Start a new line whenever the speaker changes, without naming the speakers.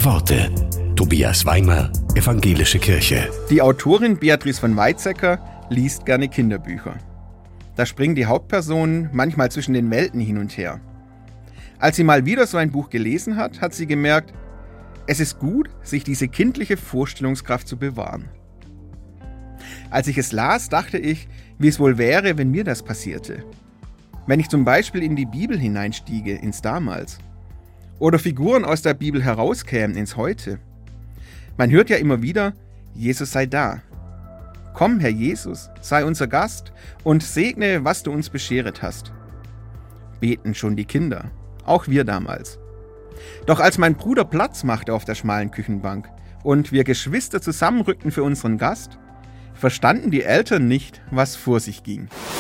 Worte. Tobias Weimer, Evangelische Kirche.
Die Autorin Beatrice von Weizsäcker liest gerne Kinderbücher. Da springen die Hauptpersonen manchmal zwischen den Welten hin und her. Als sie mal wieder so ein Buch gelesen hat, hat sie gemerkt, es ist gut, sich diese kindliche Vorstellungskraft zu bewahren. Als ich es las, dachte ich, wie es wohl wäre, wenn mir das passierte. Wenn ich zum Beispiel in die Bibel hineinstiege, ins Damals. Oder Figuren aus der Bibel herauskämen ins Heute. Man hört ja immer wieder, Jesus sei da. Komm, Herr Jesus, sei unser Gast und segne, was du uns bescheret hast. Beten schon die Kinder, auch wir damals. Doch als mein Bruder Platz machte auf der schmalen Küchenbank und wir Geschwister zusammenrückten für unseren Gast, verstanden die Eltern nicht, was vor sich ging.